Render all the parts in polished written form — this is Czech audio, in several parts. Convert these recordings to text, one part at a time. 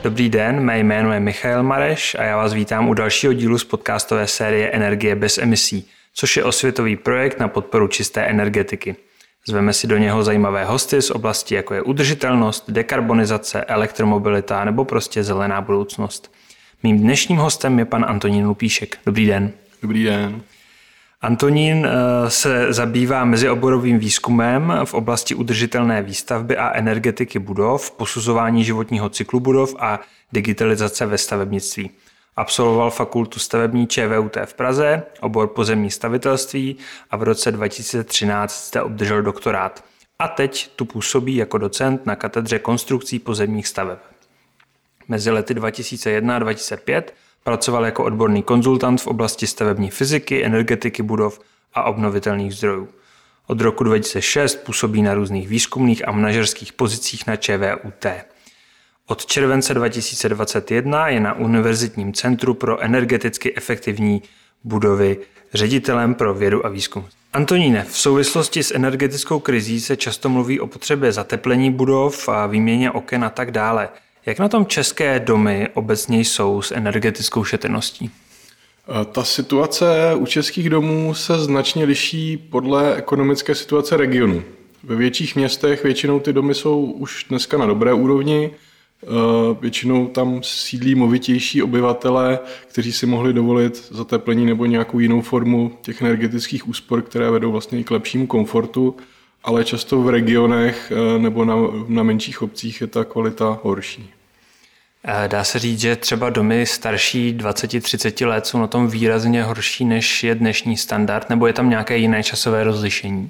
Dobrý den, mé jméno je Michael Mareš a já vás vítám u dalšího dílu z podcastové série Energie bez emisí, což je osvětový projekt na podporu čisté energetiky. Zveme si do něho zajímavé hosty z oblasti, jako je udržitelnost, dekarbonizace, elektromobilita nebo prostě zelená budoucnost. Mým dnešním hostem je pan Antonín Lupíšek. Dobrý den. Dobrý den. Antonín se zabývá mezioborovým výzkumem v oblasti udržitelné výstavby a energetiky budov, posuzování životního cyklu budov a digitalizace ve stavebnictví. Absolvoval fakultu stavební ČVUT v Praze, obor pozemní stavitelství a v roce 2013 zde obdržel doktorát. A teď tu působí jako docent na katedře konstrukcí pozemních staveb. Mezi lety 2001 a 2005 pracoval jako odborný konzultant v oblasti stavební fyziky, energetiky budov a obnovitelných zdrojů. Od roku 2006 působí na různých výzkumných a manažerských pozicích na ČVUT. Od července 2021 je na Univerzitním centru pro energeticky efektivní budovy ředitelem pro vědu a výzkum. Antoníne, v souvislosti s energetickou krizí se často mluví o potřebě zateplení budov a výměně oken a tak dále. Jak na tom české domy obecně jsou s energetickou šetrností? Ta situace u českých domů se značně liší podle ekonomické situace regionu. Ve větších městech většinou ty domy jsou už dneska na dobré úrovni. Většinou tam sídlí movitější obyvatelé, kteří si mohli dovolit zateplení nebo nějakou jinou formu těch energetických úspor, které vedou vlastně i k lepšímu komfortu, ale často v regionech nebo na menších obcích je ta kvalita horší. Dá se říct, že třeba domy starší 20-30 let jsou na tom výrazně horší, než je dnešní standard, nebo je tam nějaké jiné časové rozlišení?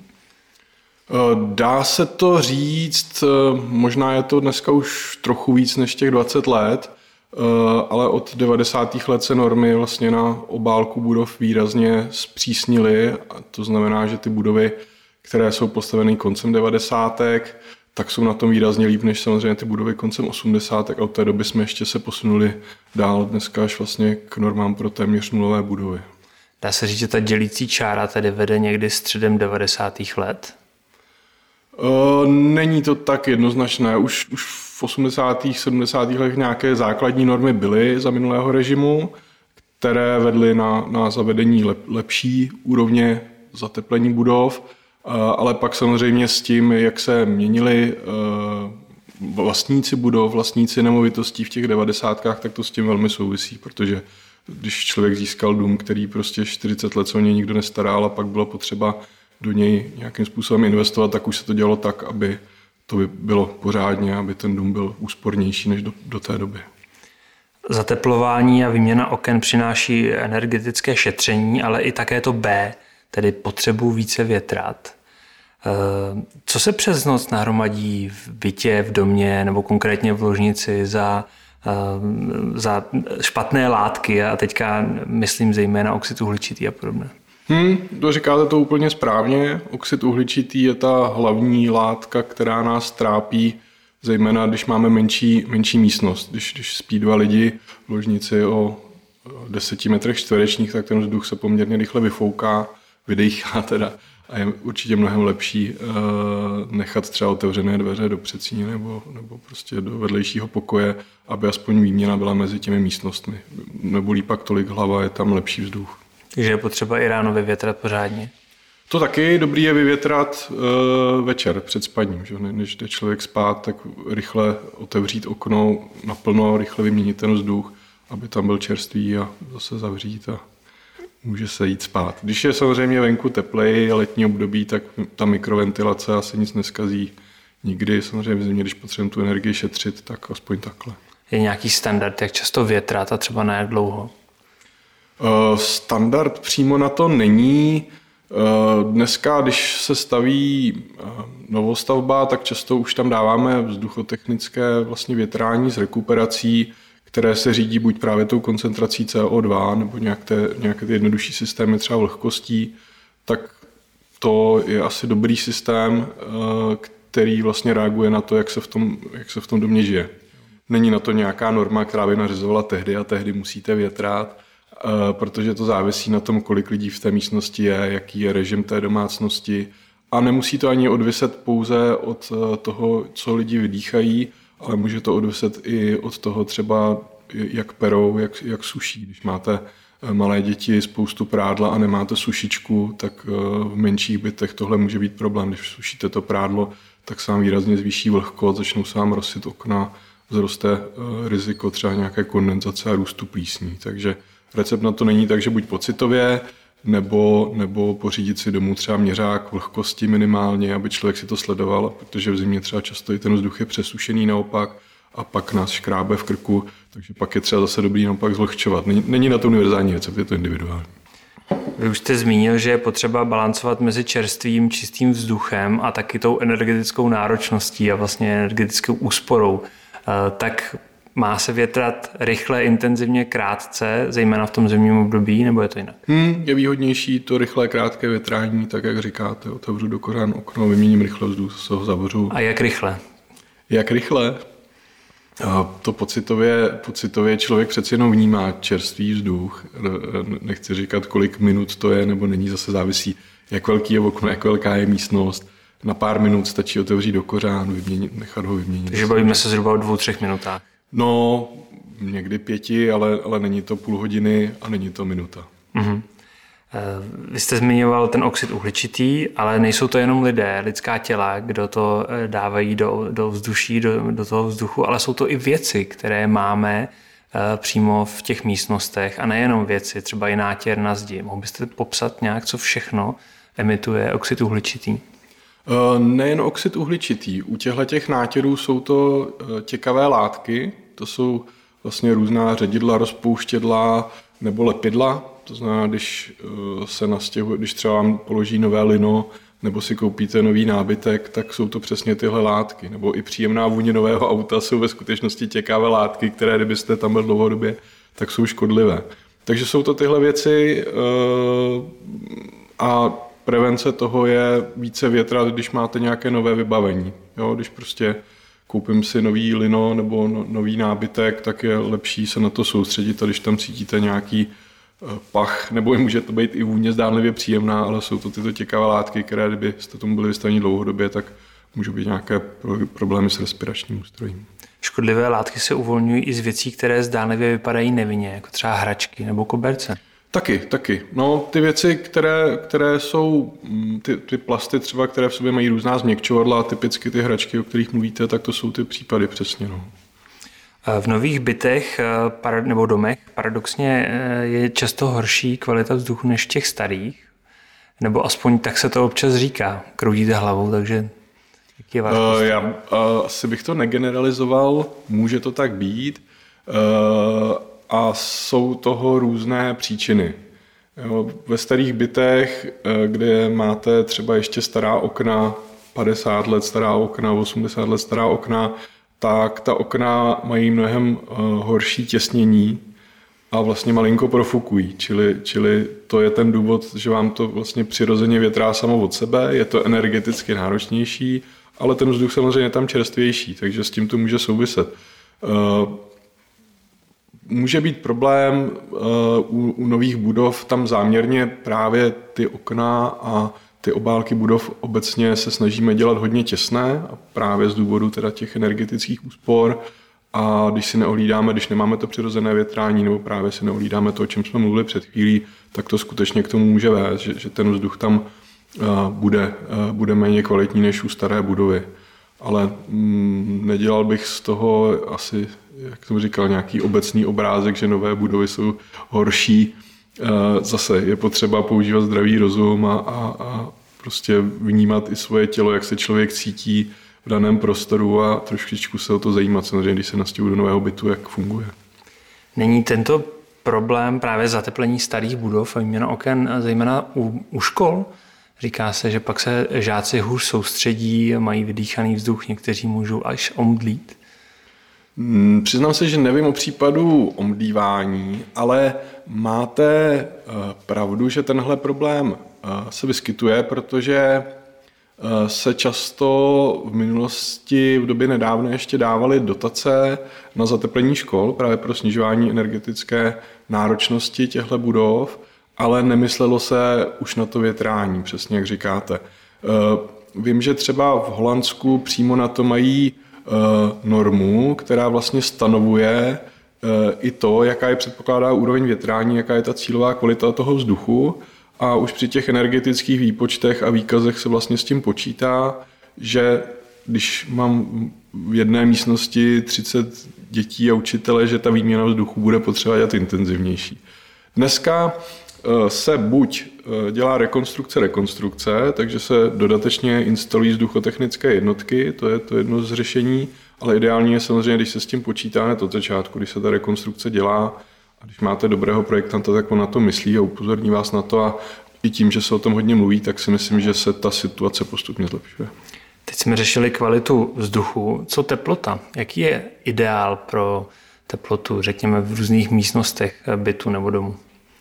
Dá se to říct, možná je to dneska už trochu víc než těch 20 let, ale od 90. let se normy vlastně na obálku budov výrazně zpřísnily. A to znamená, že ty budovy, které jsou postaveny koncem 90. tak jsou na tom výrazně líp než samozřejmě ty budovy koncem 80. a od té doby jsme ještě se posunuli dál dneska až vlastně k normám pro téměř nulové budovy. Dá se říct, že ta dělící čára tedy vede někdy středem 90. let? Není to tak jednoznačné. Už v 80. 70. letech nějaké základní normy byly za minulého režimu, které vedly na zavedení lepší úrovně zateplení budov, ale pak samozřejmě s tím, jak se měnili vlastníci budov, vlastníci nemovitostí v těch 90. tak to s tím velmi souvisí, protože když člověk získal dům, který prostě 40 let se o něj nikdo nestaral a pak bylo potřeba do něj nějakým způsobem investovat, tak už se to dělalo tak, aby to bylo pořádně, aby ten dům byl úspornější než do té doby. Zateplování a výměna oken přináší energetické šetření, ale i také to B, tedy potřebu více větrat. Co se přes noc nahromadí v bytě, v domě nebo konkrétně v ložnici za špatné látky a teďka myslím zejména oxid uhličitý a podobně? To říkáte to úplně správně. Oxid uhličitý je ta hlavní látka, která nás trápí, zejména když máme menší místnost. Když spí dva lidi v ložnici o 10 metrech čtverečních, tak ten vzduch se poměrně rychle vyfouká, vydechá teda. A je určitě mnohem lepší nechat třeba otevřené dveře do předsíně nebo prostě do vedlejšího pokoje, aby aspoň výměna byla mezi těmi místnostmi. Nebolí pak tolik hlava, je tam lepší vzduch. Takže je potřeba i ráno vyvětrat pořádně. To taky dobrý je vyvětrat večer před spaním. Že? Než jde člověk spát, tak rychle otevřít okno naplno, rychle vyměnit ten vzduch, aby tam byl čerstvý a zase zavřít a může se jít spát. Když je samozřejmě venku teplej a letní období, tak ta mikroventilace asi nic neskazí nikdy. Samozřejmě, když potřebujeme tu energii šetřit, tak aspoň takhle. Je nějaký standard, jak často větrat a třeba na jak dlouho? Standard přímo na to není. Dneska, když se staví novostavba, tak často už tam dáváme vzduchotechnické vlastně větrání s rekuperací, které se řídí buď právě tou koncentrací CO2 nebo nějaké ty jednodušší systémy třeba vlhkostí, tak to je asi dobrý systém, který vlastně reaguje na to, jak se v tom domě žije. Není na to nějaká norma, která by nařizovala tehdy a tehdy musíte větrat, protože to závisí na tom, kolik lidí v té místnosti je, jaký je režim té domácnosti a nemusí to ani odviset pouze od toho, co lidi vydýchají, ale může to odviset i od toho třeba, jak perou, jak suší. Když máte malé děti, spoustu prádla a nemáte sušičku, tak v menších bytech tohle může být problém. Když sušíte to prádlo, tak se vám výrazně zvýší vlhkost, začnou se vám rosit okna, vzroste riziko třeba nějaké kondenzace a růstu plísní. Takže recept na to není tak, že buď pocitově, nebo pořídit si domů třeba měřák vlhkosti minimálně, aby člověk si to sledoval, protože v zimě třeba často i ten vzduch je přesušený naopak a pak nás škrábe v krku, takže pak je třeba zase dobrý naopak zlehčovat. Není na to univerzální recept, je to individuální. Vy už jste zmínil, že je potřeba balancovat mezi čerstvým, čistým vzduchem a taky tou energetickou náročností a vlastně energetickou úsporou. Tak má se větrat rychle, intenzivně, krátce, zejména v tom zimním období, nebo je to jinak? Je výhodnější to rychlé, krátké větrání, tak jak říkáte, otevřu do kořán okno, vyměním rychle vzduch, se ho zavřu. A jak rychle? Jak rychle? To pocitově člověk přeci jenom vnímá čerstvý vzduch. Nechci říkat, kolik minut to je, nebo není, zase závisí, jak velký je okno, jak velká je místnost. Na pár minut stačí otevřít do kořán, nechat ho vyměnit. Takže bavíme se zhruba o 2-3 minutách. No, někdy 5, ale není to půl hodiny a není to minuta. Mm-hmm. Vy jste zmiňoval ten oxid uhličitý, ale nejsou to jenom lidé, lidská těla, kdo to dávají do vzduší, do toho vzduchu, ale jsou to i věci, které máme přímo v těch místnostech a nejenom věci, třeba i nátěr na zdi. Mohl byste popsat nějak, co všechno emituje oxid uhličitý? Nejen oxid uhličitý. U těchto nátěrů jsou to těkavé látky, to jsou vlastně různá ředidla, rozpouštědla nebo lepidla. To znamená, když třeba vám položí nové lino nebo si koupíte nový nábytek, tak jsou to přesně tyhle látky. Nebo i příjemná vůně nového auta jsou ve skutečnosti těkavé látky, které kdybyste tam byl dlouhodobě, tak jsou škodlivé. Takže jsou to tyhle věci a prevence toho je více větrat, když máte nějaké nové vybavení. Jo, když prostě koupím si nový lino nebo nový nábytek, tak je lepší se na to soustředit a když tam cítíte nějaký pach, nebo může to být i vůně zdánlivě příjemná, ale jsou to tyto těkavé látky, které kdybyste tomu byli vystaveni dlouhodobě, tak můžou být nějaké problémy s respiračním ústrojím. Škodlivé látky se uvolňují i z věcí, které zdánlivě vypadají nevinně, jako třeba hračky nebo koberce. Taky. No, ty věci, které jsou, ty plasty třeba, které v sobě mají různá změkčovadla, typicky ty hračky, o kterých mluvíte, tak to jsou ty případy přesně. No. V nových bytech nebo domech paradoxně je často horší kvalita vzduchu než v těch starých, nebo aspoň tak se to občas říká. Kroutíte hlavou, takže jaký je váš postup? Já asi bych to negeneralizoval, může to tak být. A jsou toho různé příčiny. Jo, ve starých bytech, kde máte třeba ještě stará okna, 50 let stará okna, 80 let stará okna, tak ta okna mají mnohem horší těsnění a vlastně malinko profukují. Čili to je ten důvod, že vám to vlastně přirozeně větrá samo od sebe, je to energeticky náročnější, ale ten vzduch samozřejmě je tam čerstvější, takže s tím to může souviset. Může být problém u nových budov, tam záměrně právě ty okna a ty obálky budov obecně se snažíme dělat hodně těsné a právě z důvodu teda těch energetických úspor a když nemáme to přirozené větrání nebo právě si neohlídáme to, o čem jsme mluvili před chvílí, tak to skutečně k tomu může vést, že ten vzduch tam bude méně kvalitní než u staré budovy. Ale nedělal bych z toho asi, jak jsem říkal, nějaký obecný obrázek, že nové budovy jsou horší. Zase je potřeba používat zdravý rozum a prostě vnímat i svoje tělo, jak se člověk cítí v daném prostoru a trošičku se o to zajímat, samozřejmě, když se nastěhuje do nového bytu, jak funguje. Není tento problém právě zateplení starých budov a výměna oken, zejména u škol? Říká se, že pak se žáci hůř soustředí, mají vydýchaný vzduch, někteří můžou až omdlít. Přiznám se, že nevím o případu omdlívání, ale máte pravdu, že tenhle problém se vyskytuje, protože se často v minulosti, v době nedávné ještě dávaly dotace na zateplení škol právě pro snižování energetické náročnosti těchto budov, ale nemyslelo se už na to větrání, přesně jak říkáte. Vím, že třeba v Holandsku přímo na to mají normu, která vlastně stanovuje i to, jaká je předpokládá úroveň větrání, jaká je ta cílová kvalita toho vzduchu. A už při těch energetických výpočtech a výkazech se vlastně s tím počítá, že když mám v jedné místnosti 30 dětí a učitele, že ta výměna vzduchu bude potřeba dělat intenzivnější. Dneska se buď dělá rekonstrukce, takže se dodatečně instalují vzduchotechnické jednotky, to je to jedno z řešení, ale ideální je samozřejmě, když se s tím počítá hned od začátku, když se ta rekonstrukce dělá a když máte dobrého projektanta, tak on na to myslí a upozorní vás na to a i tím, že se o tom hodně mluví, tak si myslím, že se ta situace postupně zlepšuje. Teď jsme řešili kvalitu vzduchu. Co teplota? Jaký je ideál pro teplotu, řekněme, v různých místnostech bytu nebo domu?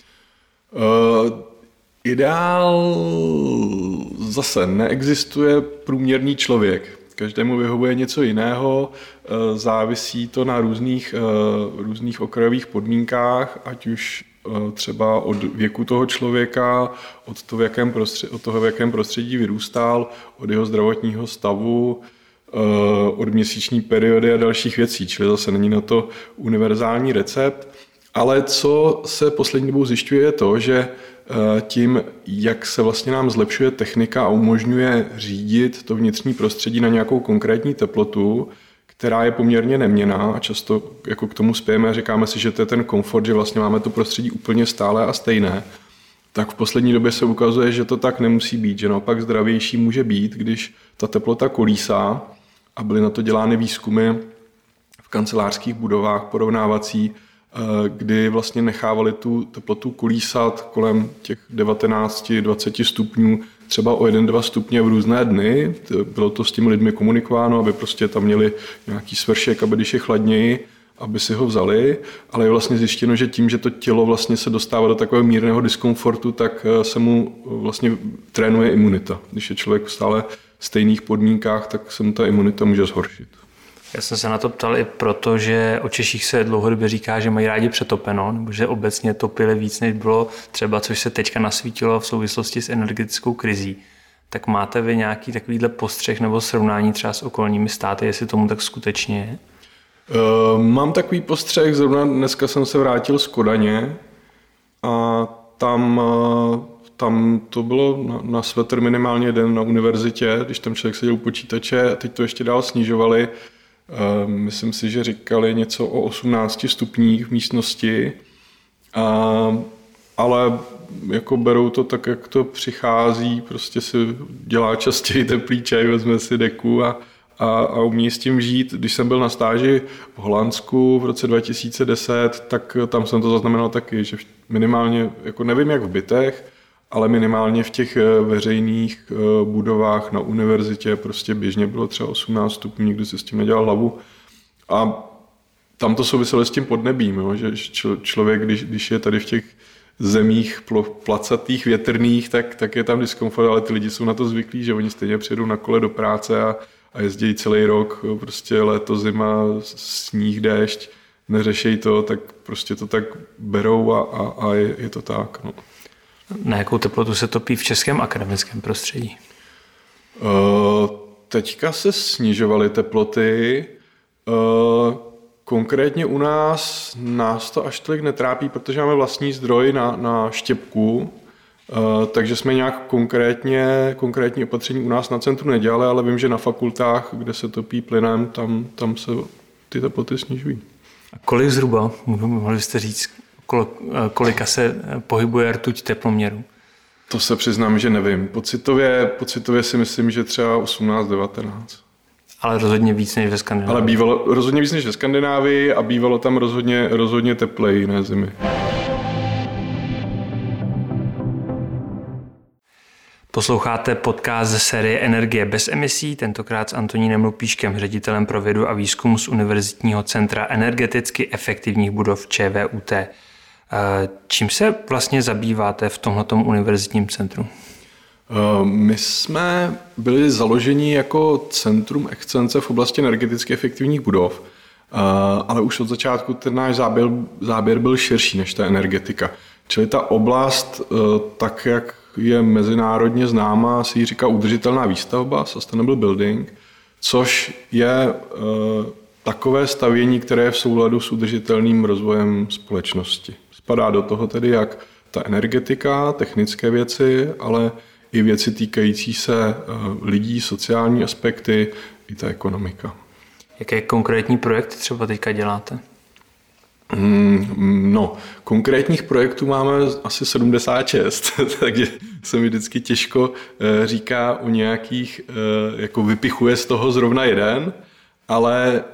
Ideál zase neexistuje průměrný člověk. Každému vyhovuje něco jiného, závisí to na různých okrajových podmínkách, ať už třeba od věku toho člověka, od toho, v jakém prostředí vyrůstal, od jeho zdravotního stavu, od měsíční periody a dalších věcí. Čili zase není na to univerzální recept. Ale co se poslední dobou zjišťuje, je to, že tím, jak se vlastně nám zlepšuje technika a umožňuje řídit to vnitřní prostředí na nějakou konkrétní teplotu, která je poměrně neměnná a často jako k tomu spějeme a říkáme si, že to je ten komfort, že vlastně máme to prostředí úplně stále a stejné, tak v poslední době se ukazuje, že to tak nemusí být, že naopak zdravější může být, když ta teplota kolísá a byly na to dělány výzkumy v kancelářských budovách porovnávací, kdy vlastně nechávali tu teplotu kolísat kolem těch 19-20 stupňů, třeba o 1-2 stupně v různé dny. Bylo to s těmi lidmi komunikováno, aby prostě tam měli nějaký svršek, aby když je chladněji, aby si ho vzali, ale je vlastně zjištěno, že tím, že to tělo vlastně se dostává do takového mírného diskomfortu, tak se mu vlastně trénuje imunita. Když je člověk v stále stejných podmínkách, tak se mu ta imunita může zhoršit. Já jsem se na to ptal i proto, že o Češích se dlouhodobě říká, že mají rádi přetopeno, nebo že obecně topili víc, než bylo třeba, což se teďka nasvítilo v souvislosti s energetickou krizí. Tak máte vy nějaký takovýhle postřeh nebo srovnání třeba s okolními státy, jestli tomu tak skutečně je? Mám takový postřeh, zrovna dneska jsem se vrátil z Kodaně a tam to bylo na svetr minimálně den na univerzitě, když tam člověk seděl u počítače a teď to ještě dál snižovali. Myslím si, že říkali něco o 18 stupních v místnosti, ale jako berou to tak, jak to přichází, prostě si dělá častěji teplý čaj, vezme si deku a umí s tím žít. Když jsem byl na stáži v Holandsku v roce 2010, tak tam jsem to zaznamenal taky, že minimálně, jako nevím jak v bytech, ale minimálně v těch veřejných budovách na univerzitě prostě běžně bylo třeba 18 stupňů, nikdo si s tím nedělal hlavu. A tam to souviselo s tím podnebím, jo? Že člověk, když je tady v těch zemích placatých, větrných, tak je tam diskomfort, ale ty lidi jsou na to zvyklí, že oni stejně přijedou na kole do práce a jezdí celý rok, prostě léto, zima, sníh, déšť, neřešejí to, tak prostě to tak berou a je to tak, no. Na jakou teplotu se topí v českém akademickém prostředí? Teďka se snižovaly teploty. Konkrétně u nás to až tolik netrápí, protože máme vlastní zdroj na štěpku, takže jsme nějak konkrétní opatření u nás na centru nedělali, ale vím, že na fakultách, kde se topí plynem, tam se ty teploty snižují. A kolik zhruba, mohli byste říct, kolika se pohybuje rtuť teploměru? To se přiznám, že nevím. Pocitově si myslím, že třeba 18-19. Ale rozhodně víc než ve Skandinávii. Ale bývalo rozhodně víc než ve Skandinávii a bývalo tam rozhodně tepleji jiné zimy. Posloucháte podcast ze série Energie bez emisí, tentokrát s Antonínem Lupíškem, ředitelem pro vědu a výzkum z Univerzitního centra energeticky efektivních budov ČVUT. Čím se vlastně zabýváte v tomhletom univerzitním centru? My jsme byli založeni jako centrum excelence v oblasti energeticky efektivních budov, ale už od začátku ten náš záběr byl širší než ta energetika. Čili ta oblast, tak jak je mezinárodně známá, se jí říká udržitelná výstavba, sustainable building, což je takové stavění, které je v souladu s udržitelným rozvojem společnosti. Spadá do toho tedy jak ta energetika, technické věci, ale i věci týkající se lidí, sociální aspekty i ta ekonomika. Jaké konkrétní projekty třeba teďka děláte? No, konkrétních projektů máme asi 76, takže se mi vždycky těžko říká o nějakých, jako vypichuje z toho zrovna jeden, ale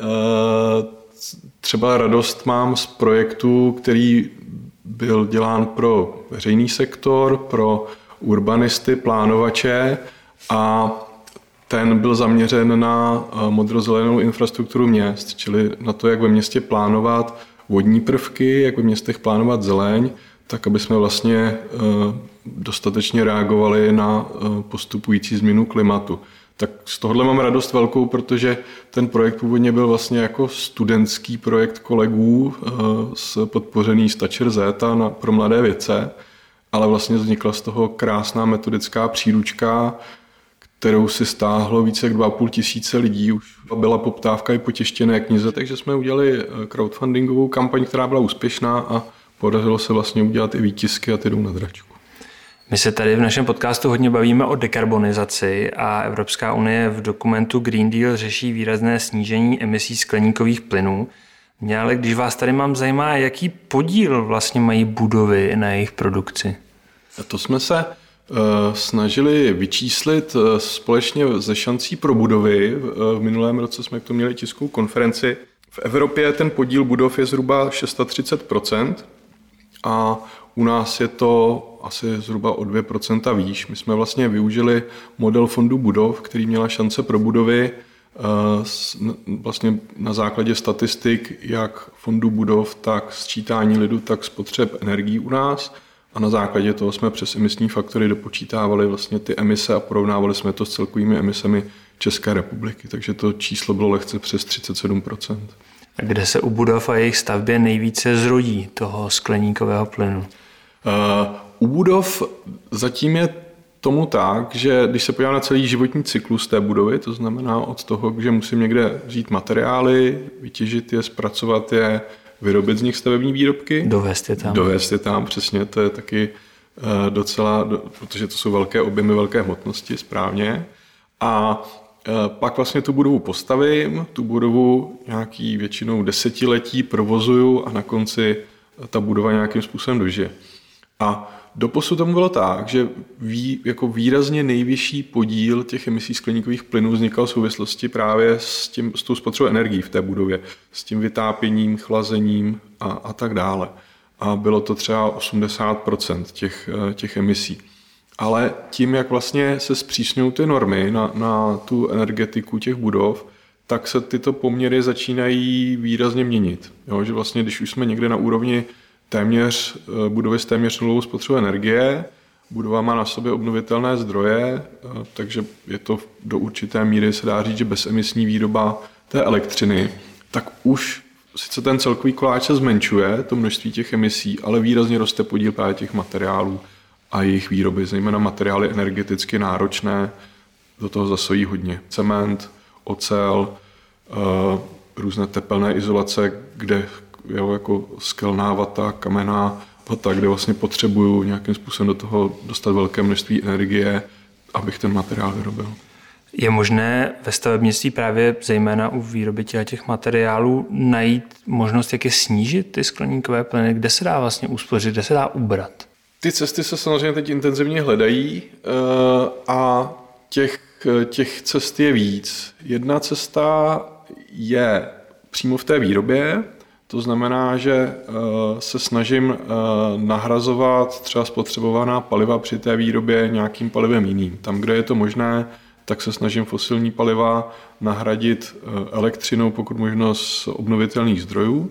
třeba radost mám z projektu, který byl dělán pro veřejný sektor, pro urbanisty, plánovače a ten byl zaměřen na modrozelenou infrastrukturu měst, čili na to, jak ve městě plánovat vodní prvky, jak ve městech plánovat zeleň, tak aby jsme vlastně dostatečně reagovali na postupující změnu klimatu. Tak z tohohle mám radost velkou, protože ten projekt původně byl vlastně jako studentský projekt kolegů podpořený Stačer Zeta pro mladé vědce, ale vlastně vznikla z toho krásná metodická příručka, kterou si stáhlo více jak 2,5 tisíce lidí. Už byla poptávka i po tištěné knize, takže jsme udělali crowdfundingovou kampaň, která byla úspěšná a podařilo se vlastně udělat i výtisky a ty jdou na dračku. My se tady v našem podcastu hodně bavíme o dekarbonizaci a Evropská unie v dokumentu Green Deal řeší výrazné snížení emisí skleníkových plynů. Mě ale když vás tady mám zajímá, jaký podíl vlastně mají budovy na jejich produkci? A to jsme se snažili vyčíslit společně ze Šancí pro budovy. V minulém roce jsme k tomu měli tiskovou konferenci. V Evropě ten podíl budov je zhruba 630% a u nás je to asi zhruba o 2% výš. My jsme vlastně využili model fondu budov, který měla Šance pro budovy vlastně na základě statistik jak fondu budov, tak sčítání lidu, tak spotřeb energií u nás. A na základě toho jsme přes emisní faktory dopočítávali vlastně ty emise a porovnávali jsme to s celkovými emisemi České republiky. Takže to číslo bylo lehce přes 37%. A kde se u budov a jejich stavbě nejvíce zrodí toho skleníkového plynu? U budov zatím je tomu tak, že když se podívám na celý životní cyklus té budovy, to znamená od toho, že musím někde vzít materiály, vytěžit je, zpracovat je, vyrobit z nich stavební výrobky. Dovést je tam, přesně, to je taky docela, protože to jsou velké objemy, velké hmotnosti, správně. A pak vlastně tu budovu postavím, tu budovu nějaký většinou desetiletí provozuju a na konci ta budova nějakým způsobem dožije. A doposud tomu bylo tak, že jako výrazně nejvyšší podíl těch emisí skleníkových plynů vznikal v souvislosti právě s tou spotřebou energií v té budově, s tím vytápěním, chlazením a tak dále. A bylo to třeba 80% těch emisí. Ale tím, jak vlastně se zpřísňují ty normy na tu energetiku těch budov, tak se tyto poměry začínají výrazně měnit. Jo, že vlastně, když už jsme někde na úrovni budovy s téměř nulovou spotřebou energie, budova má na sobě obnovitelné zdroje, takže je to do určité míry, se dá říct, že bezemisní výroba té elektřiny, tak už sice ten celkový koláč se zmenšuje, to množství těch emisí, ale výrazně roste podíl právě těch materiálů a jejich výroby, zejména materiály energeticky náročné, do toho zasojí hodně. Cement, ocel, různé tepelné izolace, kde jako skelná vata, kamenná vata, kde vlastně potřebuju nějakým způsobem do toho dostat velké množství energie, abych ten materiál vyrobil. Je možné ve stavebnictví právě zejména u výroby těch materiálů najít možnost, jak je snížit ty skleníkové plyny, kde se dá vlastně uspořit, kde se dá ubrat? Ty cesty se samozřejmě teď intenzivně hledají a těch cest je víc. Jedna cesta je přímo v té výrobě, to znamená, že se snažím nahrazovat třeba spotřebovaná paliva při té výrobě nějakým palivem jiným. Tam, kde je to možné, tak se snažím fosilní paliva nahradit elektřinou, pokud možno z obnovitelných zdrojů.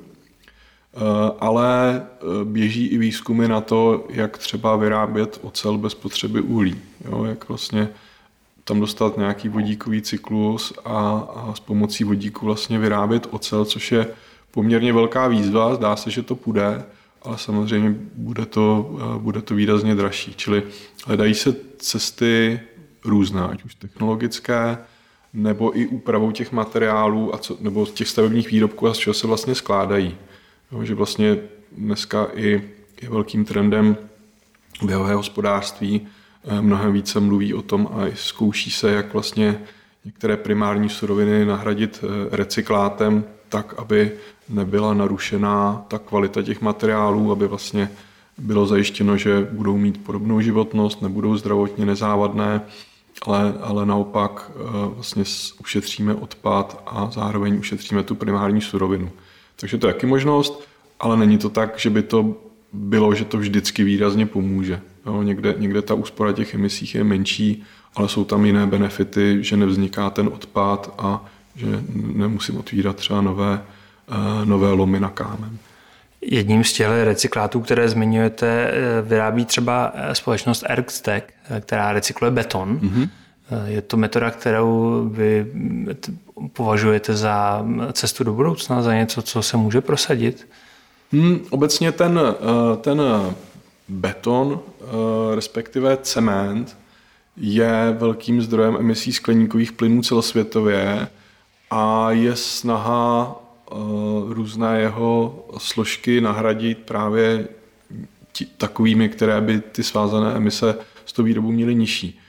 Ale běží i výzkumy na to, jak třeba vyrábět ocel bez potřeby uhlí. Jo, jak vlastně tam dostat nějaký vodíkový cyklus a s pomocí vodíku vlastně vyrábět ocel, což je poměrně velká výzva, zdá se, že to půjde, ale samozřejmě bude to výrazně dražší. Čili hledají se cesty různé, ať už technologické, nebo i úpravou těch materiálů nebo těch stavebních výrobků a z čeho se vlastně skládají. Jo, že vlastně dneska i je velkým trendem běhového hospodářství. Mnohem více mluví o tom a zkouší se, jak vlastně některé primární suroviny nahradit recyklátem tak, aby nebyla narušená ta kvalita těch materiálů, aby vlastně bylo zajištěno, že budou mít podobnou životnost, nebudou zdravotně nezávadné, ale naopak vlastně ušetříme odpad a zároveň ušetříme tu primární surovinu. Takže to je taky možnost, ale není to tak, že by to bylo, že to vždycky výrazně pomůže. Jo, někde ta úspora těch emisí je menší, ale jsou tam jiné benefity, že nevzniká ten odpad a že nemusím otvírat třeba nové lomy na kámen. Jedním z těch recyklátů, které zmiňujete, vyrábí třeba společnost Ergstech, která recykluje beton. Mm-hmm. Je to metoda, kterou vy považujete za cestu do budoucna, za něco, co se může prosadit? Obecně ten beton, respektive cement, je velkým zdrojem emisí skleníkových plynů celosvětově a je snaha různé jeho složky nahradit právě takovými, které by ty svázané emise s tou výrobou měly nižší.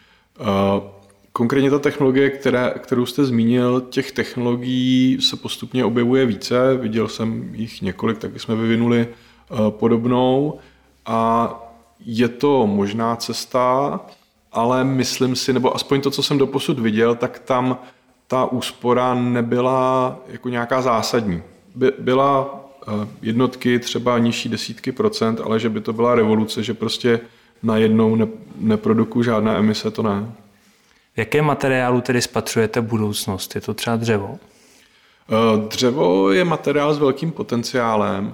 Konkrétně ta technologie, kterou jste zmínil, těch technologií se postupně objevuje více. Viděl jsem jich několik, taky jsme vyvinuli podobnou. A je to možná cesta, ale myslím si, nebo aspoň to, co jsem doposud viděl, tak tam ta úspora nebyla jako nějaká zásadní. Byla jednotky, třeba nižší desítky procent, ale že by to byla revoluce, že prostě najednou neprodukují žádné emise, to ne. V jakém materiálu tedy spatřujete budoucnost? Je to třeba dřevo? Dřevo je materiál s velkým potenciálem.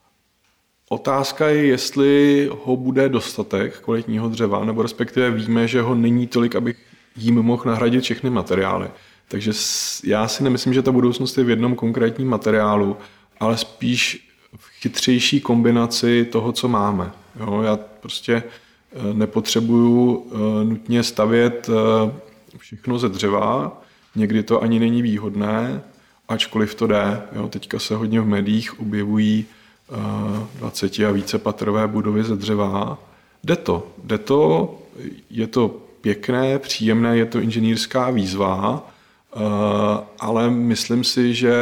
Otázka je, jestli ho bude dostatek kvalitního dřeva, nebo respektive víme, že ho není tolik, abych jím mohl nahradit všechny materiály. Takže já si nemyslím, že ta budoucnost je v jednom konkrétním materiálu, ale spíš v chytřejší kombinaci toho, co máme. Jo, já prostě nepotřebuju nutně stavět všechno ze dřeva, někdy to ani není výhodné, ačkoliv to jde. Jo, teďka se hodně v médiích objevují 20 a více patrové budovy ze dřeva. Jde to, je to pěkné, příjemné, je to inženýrská výzva, ale myslím si, že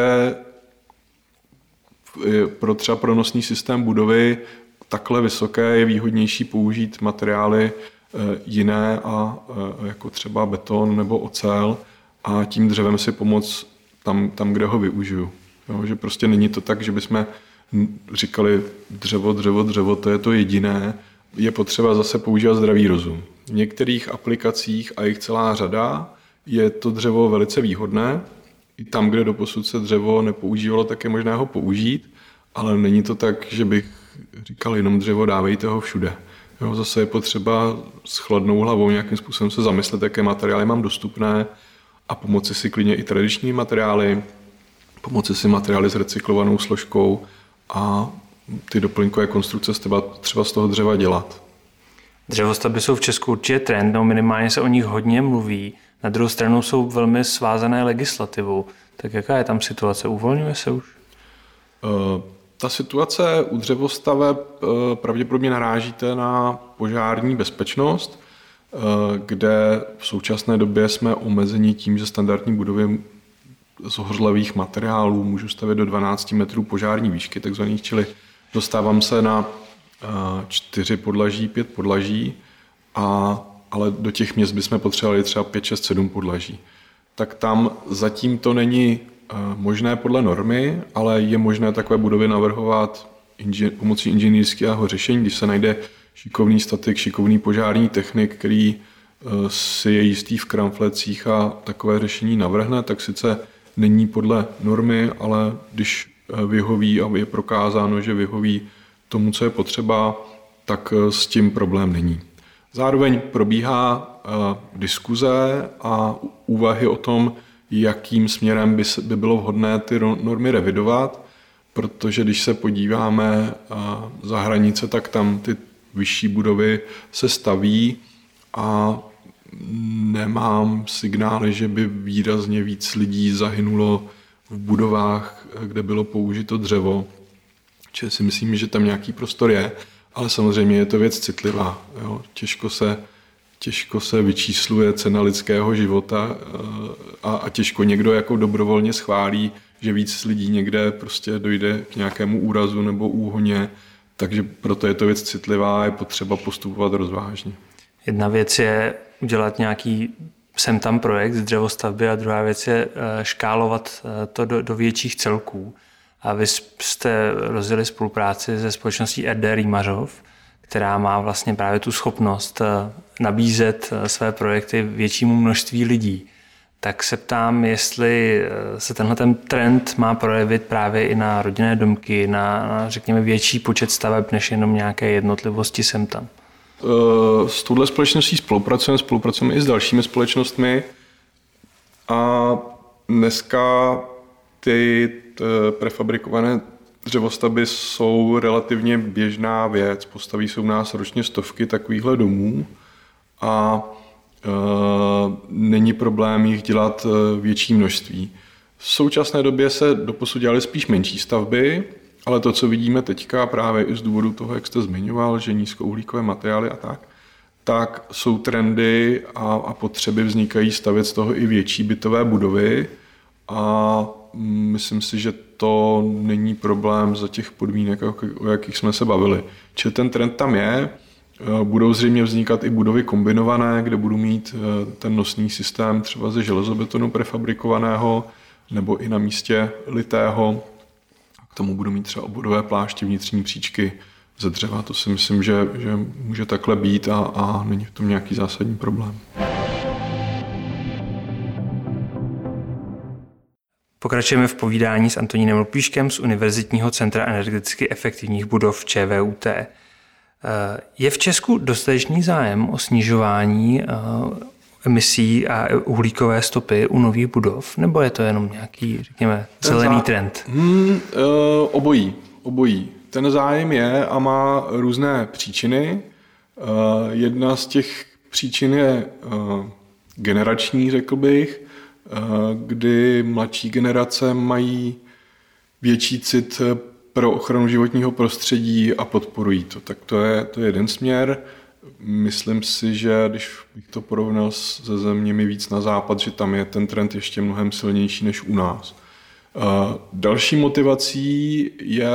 pro nosný systém budovy takhle vysoké je výhodnější použít materiály jiné a jako třeba beton nebo ocel a tím dřevem si pomoct tam kde ho využiju. Jo, že prostě není to tak, že bychom říkali dřevo, to je to jediné. Je potřeba zase používat zdravý rozum. V některých aplikacích, a jich celá řada, je to dřevo velice výhodné. I tam, kde doposud se dřevo nepoužívalo, tak je možné ho použít, ale není to tak, že bych říkal jenom dřevo, dávejte ho všude. Jo, zase je potřeba s chladnou hlavou nějakým způsobem se zamyslet, jaké materiály mám dostupné a pomoci si klidně i tradiční materiály, pomoci si materiály s recyklovanou složkou a ty doplňkové konstrukce třeba z toho dřeva dělat. Dřevostavby jsou v Česku určitě trend, no minimálně se o nich hodně mluví. Na druhou stranu jsou velmi svázané legislativou. Tak jaká je tam situace? Uvolňuje se už? Ta situace u dřevostaveb pravděpodobně narážíte na požární bezpečnost, kde v současné době jsme omezeni tím, že standardní budovy z hořlavých materiálů můžu stavět do 12 metrů požární výšky, takzvaných, čili dostávám se na 4 podlaží, 5 podlaží, ale do těch měst bychom potřebovali třeba 5, 6, 7 podlaží. Tak tam zatím to není možné podle normy, ale je možné takové budovy navrhovat pomocí inženýrského řešení, když se najde šikovný statik, šikovný požární technik, který si je jistý v kramflecích a takové řešení navrhne, tak sice není podle normy, ale když vyhoví a je prokázáno, že vyhoví tomu, co je potřeba, tak s tím problém není. Zároveň probíhá diskuze a úvahy o tom, jakým směrem by bylo vhodné ty normy revidovat, protože když se podíváme za hranice, tak tam ty vyšší budovy se staví a nemám signály, že by výrazně víc lidí zahynulo v budovách, kde bylo použito dřevo. Čili si myslím, že tam nějaký prostor je, ale samozřejmě je to věc citlivá. Jo. Těžko se vyčísluje cena lidského života a těžko někdo jako dobrovolně schválí, že víc lidí někde prostě dojde k nějakému úrazu nebo úhoně, takže proto je to věc citlivá a je potřeba postupovat rozvážně. Jedna věc je udělat nějaký sem tam projekt z dřevostavby a druhá věc je škálovat to do větších celků. A vy jste rozjeli spolupráci se společností RD Rýmařov, která má vlastně právě tu schopnost nabízet své projekty většímu množství lidí. Tak se ptám, jestli se tenhle ten trend má projevit právě i na rodinné domky, na řekněme větší počet staveb, než jenom nějaké jednotlivosti sem tam. S touhle společností spolupracujeme i s dalšími společnostmi a dneska ty prefabrikované dřevostavby jsou relativně běžná věc. Postaví se u nás ročně stovky takovýchhle domů a není problém jich dělat větší množství. V současné době se doposud dělaly spíš menší stavby, ale to, co vidíme teďka právě i z důvodu toho, jak jste zmiňoval, že nízkouhlíkové materiály a tak jsou trendy a potřeby vznikají stavět z toho i větší bytové budovy a myslím si, že to není problém za těch podmínek, o jakých jsme se bavili. Čili ten trend tam je, budou zřejmě vznikat i budovy kombinované, kde budou mít ten nosný systém třeba ze železobetonu prefabrikovaného nebo i na místě litého. K tomu budou mít třeba obvodové pláště, vnitřní příčky ze dřeva. To si myslím, že může takhle být a není v tom nějaký zásadní problém. Pokračujeme v povídání s Antonínem Lupíškem z Univerzitního centra energeticky efektivních budov ČVUT. Je v Česku dostatečný zájem o snižování emisí a uhlíkové stopy u nových budov, nebo je to jenom nějaký, řekněme, zelený trend? Obojí. Ten zájem je a má různé příčiny. Jedna z těch příčin je generační, řekl bych, kdy mladší generace mají větší cit pro ochranu životního prostředí a podporují to. Tak to je jeden směr. Myslím si, že když bych to porovnal se zeměmi víc na západ, že tam je ten trend ještě mnohem silnější než u nás. Další motivací je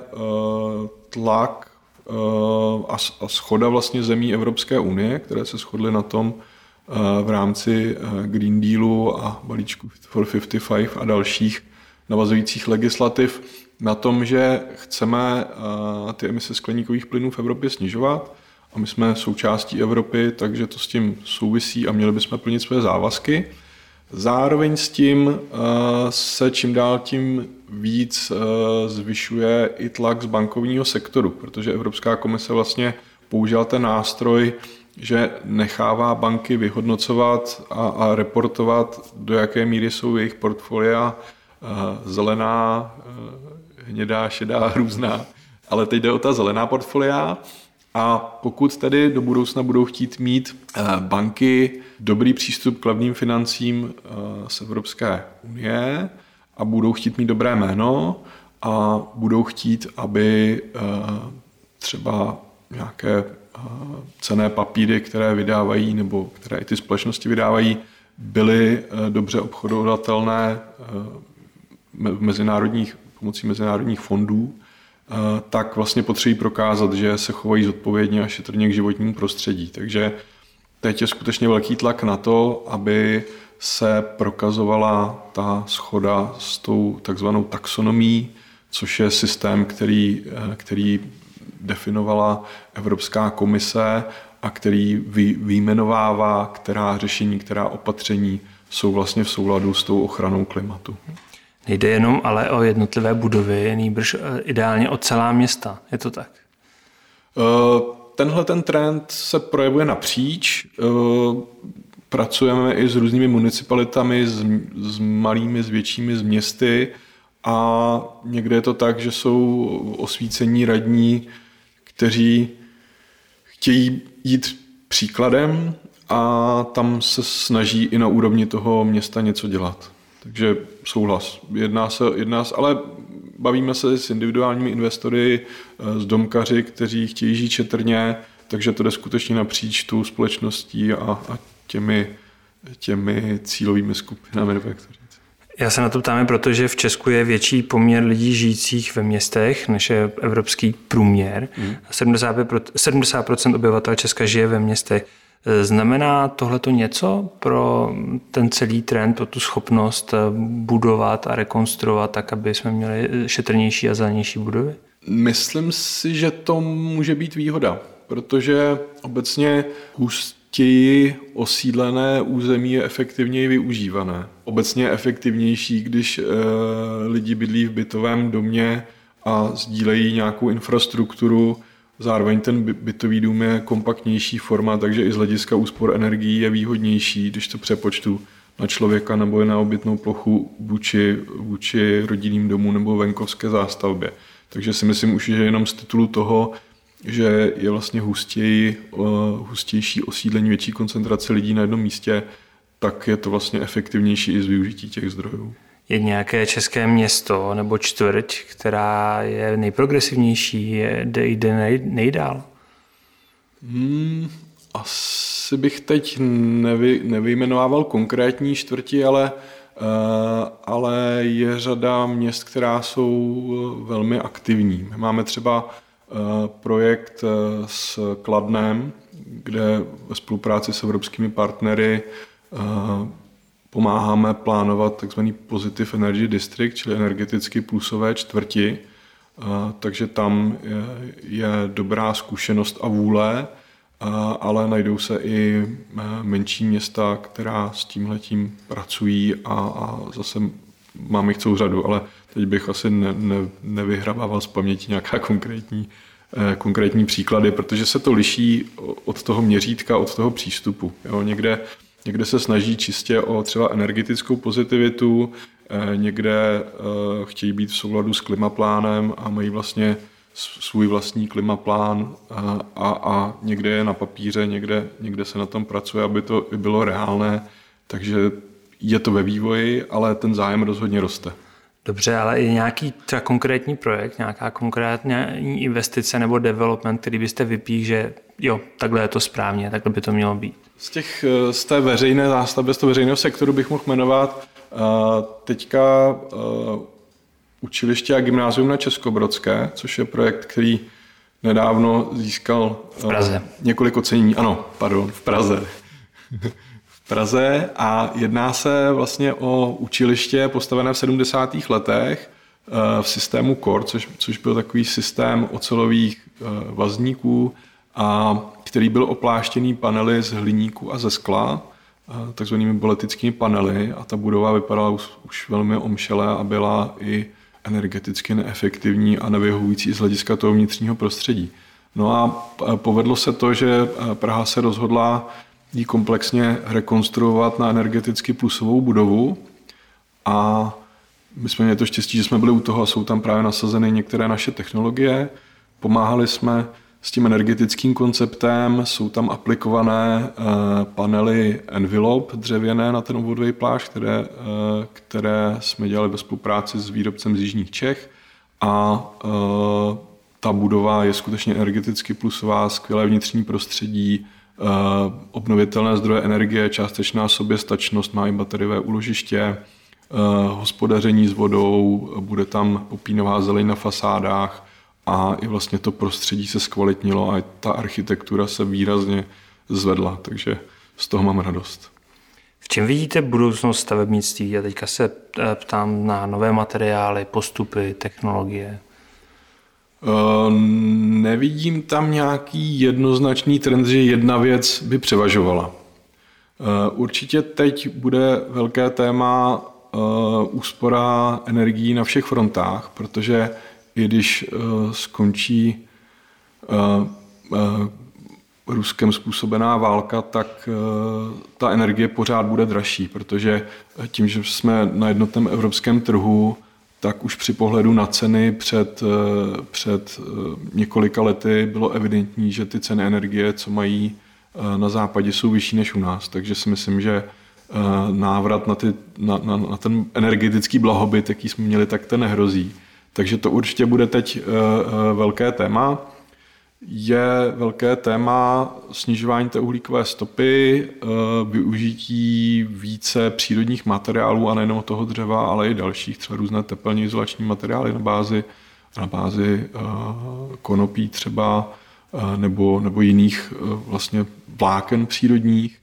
tlak a shoda vlastně zemí Evropské unie, které se shodly na tom v rámci Green Dealu a balíčku Fit for 55 a dalších navazujících legislativ na tom, že chceme ty emise skleníkových plynů v Evropě snižovat a my jsme součástí Evropy, takže to s tím souvisí a měli bychom plnit své závazky. Zároveň s tím se čím dál tím víc zvyšuje i tlak z bankovního sektoru, protože Evropská komise vlastně použila ten nástroj, že nechává banky vyhodnocovat a reportovat, do jaké míry jsou jejich portfolia zelená, hnědá, šedá, různá. Ale teď jde o ta zelená portfolia a pokud tedy do budoucna budou chtít mít banky dobrý přístup k levným financím z Evropské unie a budou chtít mít dobré jméno a budou chtít, aby třeba nějaké cenné papíry, které vydávají nebo které i ty společnosti vydávají, byly dobře obchodovatelné pomocí mezinárodních fondů, tak vlastně potřebují prokázat, že se chovají zodpovědně a šetrně k životnímu prostředí. Takže teď je skutečně velký tlak na to, aby se prokazovala ta shoda s tou takzvanou taxonomií, což je systém, který definovala Evropská komise a který vyjmenovává, která řešení, která opatření jsou vlastně v souladu s tou ochranou klimatu. Nejde jenom ale o jednotlivé budovy, nýbrž ideálně o celá města. Je to tak? Tenhle ten trend se projevuje napříč. Pracujeme i s různými municipalitami, s malými, s většími, s městy a někde je to tak, že jsou osvícení radní, kteří chtějí jít příkladem a tam se snaží i na úrovni toho města něco dělat. Takže souhlas. Jedná se, ale bavíme se s individuálními investory, s domkaři, kteří chtějí žít šetrně, takže to jde skutečně napříč tou společností a těmi cílovými skupinami. Já se na to ptám, protože v Česku je větší poměr lidí žijících ve městech, než je evropský průměr. 70% obyvatel Česka žije ve městech. Znamená tohleto něco pro ten celý trend, pro tu schopnost budovat a rekonstruovat tak, aby jsme měli šetrnější a zelenější budovy? Myslím si, že to může být výhoda, protože obecně hustěji osídlené území je efektivněji využívané. Obecně je efektivnější, když lidi bydlí v bytovém domě a sdílejí nějakou infrastrukturu. Zároveň ten bytový dům je kompaktnější forma, takže i z hlediska úspor energií je výhodnější, když to přepočtu na člověka nebo na obytnou plochu vůči rodinným domům nebo venkovské zástavbě. Takže si myslím už, že jenom z titulu toho, že je vlastně hustější osídlení, větší koncentrace lidí na jednom místě, tak je to vlastně efektivnější i z využití těch zdrojů. Je nějaké české město nebo čtvrť, která je nejprogresivnější, jde nejdál? Asi bych teď nevyjmenovával konkrétní čtvrti, ale je řada měst, která jsou velmi aktivní. My máme třeba projekt s Kladnem, kde ve spolupráci s evropskými partnery pomáháme plánovat takzvaný Positive Energy District, čili energeticky plusové čtvrti. Takže tam je dobrá zkušenost a vůle, ale najdou se i menší města, která s tímhletím pracují a zase máme jich celou řadu, ale teď bych asi nevyhrabával z paměti nějaká konkrétní příklady, protože se to liší od toho měřítka, od toho přístupu. Jo, někde se snaží čistě o třeba energetickou pozitivitu, někde chtějí být v souladu s klimaplánem a mají vlastně svůj vlastní klimaplán a někde je na papíře, někde se na tom pracuje, aby to bylo reálné, takže je to ve vývoji, ale ten zájem rozhodně roste. Dobře, ale je nějaký třeba konkrétní projekt, nějaká konkrétní investice nebo development, který byste vypíchl, že jo, takhle je to správně, takhle by to mělo být? Z té veřejné zástavby, z toho veřejného sektoru bych mohl jmenovat teďka učiliště a gymnázium na Českobrodské, což je projekt, který nedávno získal v Praze. Několik ocenění. Ano, v Praze. V Praze a jedná se vlastně o učiliště postavené v 70. letech v systému CORE, což byl takový systém ocelových vazníků, a který byl opláštěný panely z hliníku a ze skla, takzvanými boletickými panely, a ta budova vypadala už velmi omšele a byla i energeticky neefektivní a nevyhovující z hlediska toho vnitřního prostředí. No a povedlo se to, že Praha se rozhodla ji komplexně rekonstruovat na energeticky plusovou budovu a my jsme měli to štěstí, že jsme byli u toho a jsou tam právě nasazeny některé naše technologie. Pomáhali jsme s tím energetickým konceptem, jsou tam aplikované panely Envelope dřevěné na ten obvodový plášť, které jsme dělali ve spolupráci s výrobcem z jižních Čech a ta budova je skutečně energeticky plusová, skvělé vnitřní prostředí, obnovitelné zdroje energie, částečná soběstačnost, má i bateriové úložiště, hospodaření s vodou, bude tam popínová zeleň na fasádách a i vlastně to prostředí se zkvalitnilo a ta architektura se výrazně zvedla, takže z toho mám radost. V čem vidíte budoucnost stavebnictví? Já teďka se ptám na nové materiály, postupy, technologie. Nevidím tam nějaký jednoznačný trend, že jedna věc by převažovala. Určitě teď bude velké téma úspora energií na všech frontách, protože i když skončí Ruskem způsobená válka, tak ta energie pořád bude dražší, protože tím, že jsme na jednotném evropském trhu, tak už při pohledu na ceny před několika lety bylo evidentní, že ty ceny energie, co mají na západě jsou vyšší než u nás. Takže si myslím, že návrat na ten energetický blahobyt, jaký jsme měli, tak ten nehrozí. Takže to určitě bude teď velké téma. Je velké téma snižování té uhlíkové stopy, využití více přírodních materiálů a nejenom toho dřeva, ale i dalších, třeba různé tepelně izolační materiály na bázi konopí třeba nebo jiných vlastně vláken přírodních.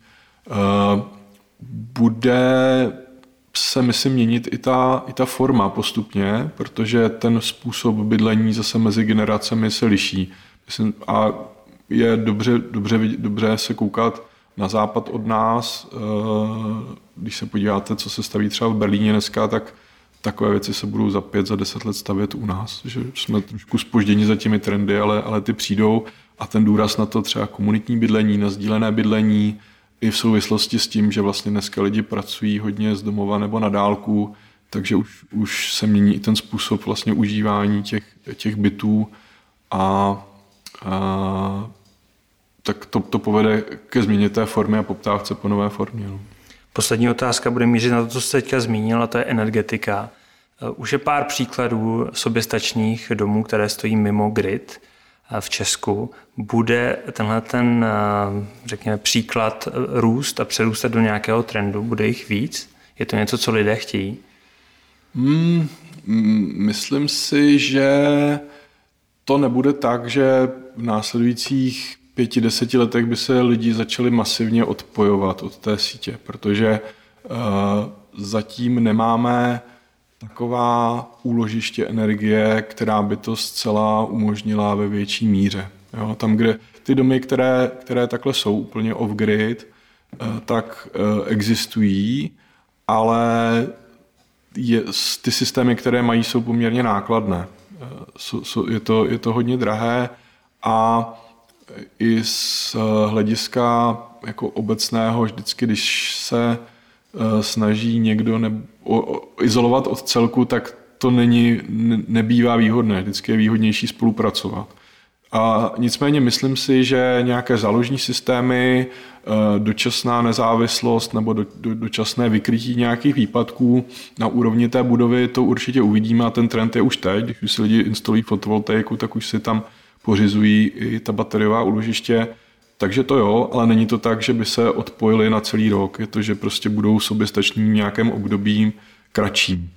Bude se, myslím, měnit i ta forma postupně, protože ten způsob bydlení zase mezi generacemi se liší. A je dobře se koukat na západ od nás. Když se podíváte, co se staví třeba v Berlíně dneska, tak takové věci se budou za 5, za 10 let stavět u nás. Že jsme trošku zpožděni za těmi trendy, ale ty přijdou a ten důraz na to třeba komunitní bydlení, na sdílené bydlení, i v souvislosti s tím, že vlastně dneska lidi pracují hodně z domova nebo na dálku, takže už se mění i ten způsob vlastně užívání těch bytů tak to povede ke změně té formy a poptávce po nové formě. No. Poslední otázka bude mířit na to, co jste teďka zmínil, a to je energetika. Už je pár příkladů soběstačných domů, které stojí mimo grid v Česku. Bude tenhle řekněme, příklad růst a přerůstat do nějakého trendu? Bude jich víc? Je to něco, co lidé chtějí? Myslím si, že to nebude tak, že v následujících 5-10 letech by se lidi začali masivně odpojovat od té sítě, protože zatím nemáme taková úložiště energie, která by to zcela umožnila ve větší míře. Jo, tam, kde ty domy, které takhle jsou úplně off-grid, tak existují, ale ty systémy, které mají, jsou poměrně nákladné. Je to hodně drahé a i z hlediska jako obecného vždycky, když se snaží někdo izolovat od celku, tak to nebývá výhodné. Vždycky je výhodnější spolupracovat. A nicméně myslím si, že nějaké záložní systémy, dočasná nezávislost nebo dočasné vykrytí nějakých výpadků na úrovni té budovy, to určitě uvidíme a ten trend je už teď. Když už si lidi instalují fotovoltaiku, tak už si tam pořizují i ta bateriová úložiště. Takže to jo, ale není to tak, že by se odpojili na celý rok. Je to, že prostě budou soběstační v nějakém období kratším.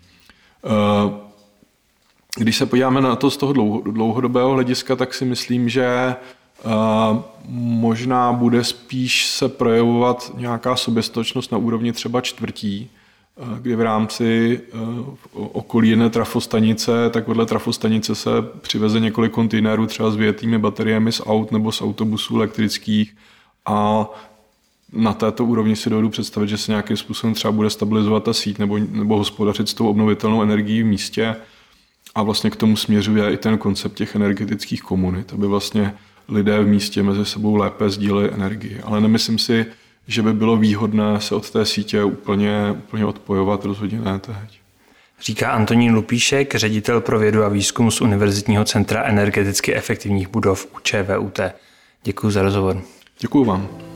Když se podíváme na to z toho dlouhodobého hlediska, tak si myslím, že možná bude spíš se projevovat nějaká soběstačnost na úrovni třeba čtvrtí, kdy v rámci okolí jedné trafostanice, tak vedle trafostanice se přiveze několik kontejnerů třeba s vyjetými bateriemi z aut nebo z autobusů elektrických a na této úrovni si dovedu představit, že se nějakým způsobem třeba bude stabilizovat ta síť nebo hospodařit s tou obnovitelnou energií v místě. A vlastně k tomu směřuje i ten koncept těch energetických komunit, aby vlastně lidé v místě mezi sebou lépe sdíleli energii. Ale nemyslím si, že by bylo výhodné se od té sítě úplně odpojovat, rozhodně ne teď. Říká Antonín Lupíšek, ředitel pro vědu a výzkum z Univerzitního centra energeticky efektivních budov u ČVUT. Děkuji za rozhovor. Děkuji vám.